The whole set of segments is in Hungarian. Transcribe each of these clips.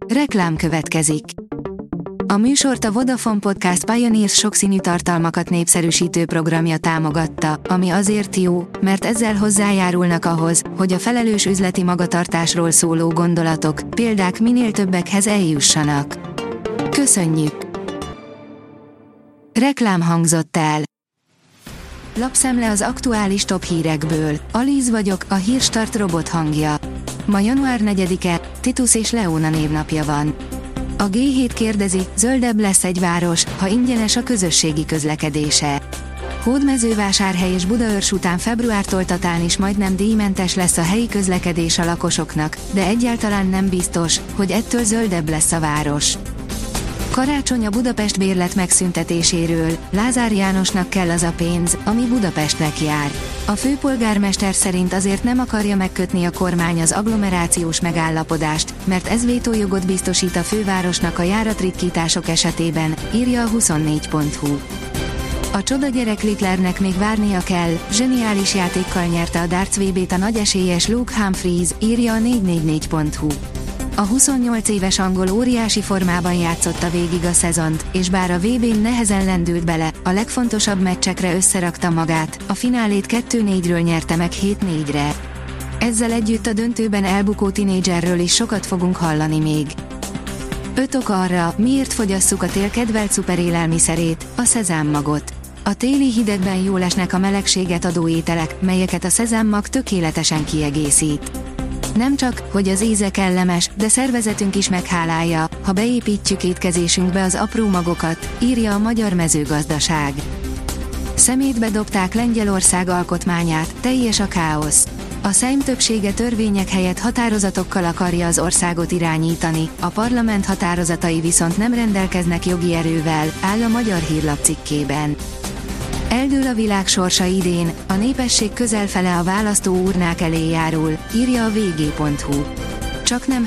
Reklám következik. A műsort a Vodafone Podcast Pioneers sokszínű tartalmakat népszerűsítő programja támogatta, ami azért jó, mert ezzel hozzájárulnak ahhoz, hogy a felelős üzleti magatartásról szóló gondolatok, példák minél többekhez eljussanak. Köszönjük! Reklám hangzott el. Lapszemle az aktuális top hírekből. Alíz vagyok, a Hírstart robot hangja. Ma január 4-e, Titus és Leóna névnapja van. A G7 kérdezi, zöldebb lesz egy város, ha ingyenes a közösségi közlekedése. Hódmezővásárhely és Budaörs után februártól tatán is majdnem díjmentes lesz a helyi közlekedés a lakosoknak, de egyáltalán nem biztos, hogy ettől zöldebb lesz a város. Karácsony a Budapest bérlet megszüntetéséről, Lázár Jánosnak kell az a pénz, ami Budapestnek jár. A főpolgármester szerint azért nem akarja megkötni a kormány az agglomerációs megállapodást, mert ez vétójogot biztosít a fővárosnak a járatritkítások esetében, írja a 24.hu. A csodagyerek Littlernek még várnia kell, zseniális játékkal nyerte a darts VB-t a nagy esélyes Luke Humphries, írja a 444.hu. A 28 éves angol óriási formában játszotta végig a szezont, és bár a VB-n nehezen lendült bele, a legfontosabb meccsekre összerakta magát, a finálét 2-4-ről nyerte meg 7-4-re. Ezzel együtt a döntőben elbukó tinédzserről is sokat fogunk hallani még. 5 ok arra, miért fogyasszuk a tél kedvelt szuperélelmiszerét, a szezámmagot. A téli hidegben jól esnek a melegséget adó ételek, melyeket a szezámmag tökéletesen kiegészít. Nem csak, hogy az íze kellemes, de szervezetünk is meghálálja, ha beépítjük étkezésünkbe az apró magokat, írja a Magyar Mezőgazdaság. Szemétbe dobták Lengyelország alkotmányát, teljes a káosz. A Szejm többsége törvények helyett határozatokkal akarja az országot irányítani, a parlament határozatai viszont nem rendelkeznek jogi erővel, áll a Magyar Hírlap cikkében. Eldől a világ sorsa idén, a népesség közelfele a választóurnák elé járul, írja a vg.hu. Csaknem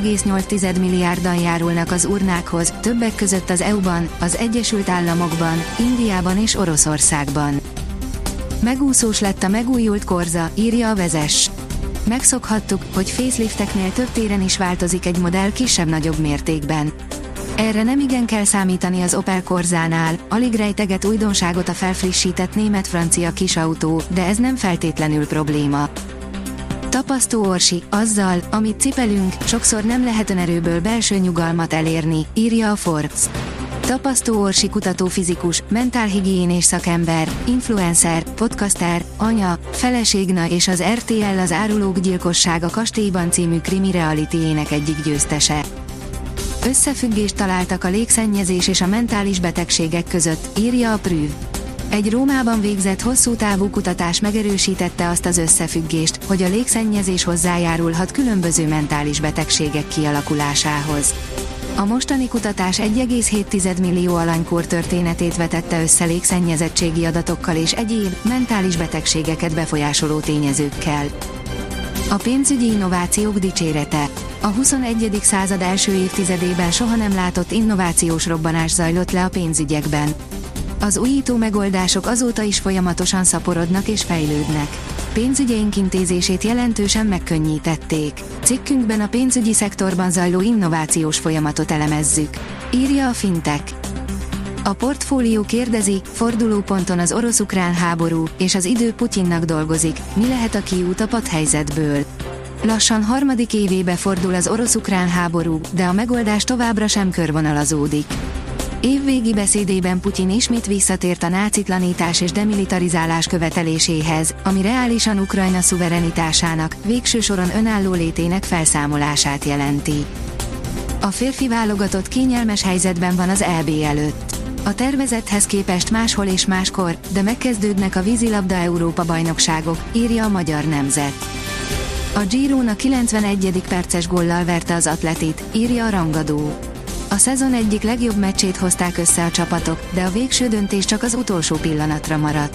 3,8 milliárdan járulnak az urnákhoz, többek között az EU-ban, az Egyesült Államokban, Indiában és Oroszországban. Megúszós lett a megújult Corsa, írja a Vezess. Megszokhattuk, hogy facelifteknél több téren is változik egy modell kisebb-nagyobb mértékben. Erre nemigen kell számítani az Opel Corsánál, alig rejteget újdonságot a felfrissített német-francia kisautó, de ez nem feltétlenül probléma. Tapasztó Orsi, azzal, amit cipelünk, sokszor nem lehet önerőből belső nyugalmat elérni, írja a Forbes. Tapasztó Orsi kutatófizikus, mentálhigiénés szakember, influencer, podcaster, anya, feleségna és az RTL Az árulók gyilkossága kastélyban című krimi realityjének egyik győztese. Összefüggést találtak a légszennyezés és a mentális betegségek között, írja a Prüv. Egy Rómában végzett hosszú távú kutatás megerősítette azt az összefüggést, hogy a légszennyezés hozzájárulhat különböző mentális betegségek kialakulásához. A mostani kutatás 1,7 millió alanykór történetét vetette össze légszennyezettségi adatokkal és egyéb, mentális betegségeket befolyásoló tényezőkkel. A pénzügyi innovációk dicsérete. A 21. század első évtizedében soha nem látott innovációs robbanás zajlott le a pénzügyekben. Az újító megoldások azóta is folyamatosan szaporodnak és fejlődnek. Pénzügyeink intézését jelentősen megkönnyítették. Cikkünkben a pénzügyi szektorban zajló innovációs folyamatot elemezzük, írja a Fintech. A Portfólió kérdezi, fordulóponton az orosz-ukrán háború, és az idő Putyinnak dolgozik, mi lehet a kiút a patthelyzetből. Lassan harmadik évébe fordul az orosz-ukrán háború, de a megoldás továbbra sem körvonalazódik. Évvégi beszédében Putyin ismét visszatért a nácitlanítás és demilitarizálás követeléséhez, ami reálisan Ukrajna szuverenitásának, végső soron önálló létének felszámolását jelenti. A férfi válogatott kényelmes helyzetben van az EB előtt. A tervezetthez képest máshol és máskor, de megkezdődnek a vízilabda Európa-bajnokságok, írja a Magyar Nemzet. A Girona 91. perces góllal verte az Atletit, írja a Rangadó. A szezon egyik legjobb meccsét hozták össze a csapatok, de a végső döntés csak az utolsó pillanatra maradt.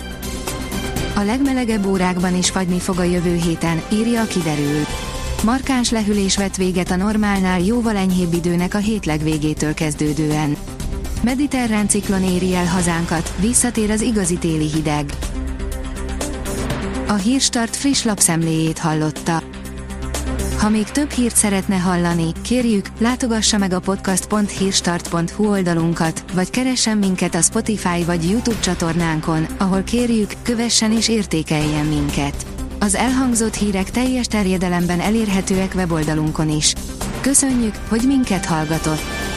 A legmelegebb órákban is fagyni fog a jövő héten, írja a Kiderül. Markáns lehűlés vett véget a normálnál jóval enyhébb időnek a hét legvégétől kezdődően. Mediterrán ciklon éri el hazánkat, visszatér az igazi téli hideg. A Hírstart friss lapszemléjét hallotta. Ha még több hírt szeretne hallani, kérjük, látogassa meg a podcast.hírstart.hu oldalunkat, vagy keressen minket a Spotify vagy YouTube csatornánkon, ahol kérjük, kövessen és értékeljen minket. Az elhangzott hírek teljes terjedelemben elérhetőek weboldalunkon is. Köszönjük, hogy minket hallgatott!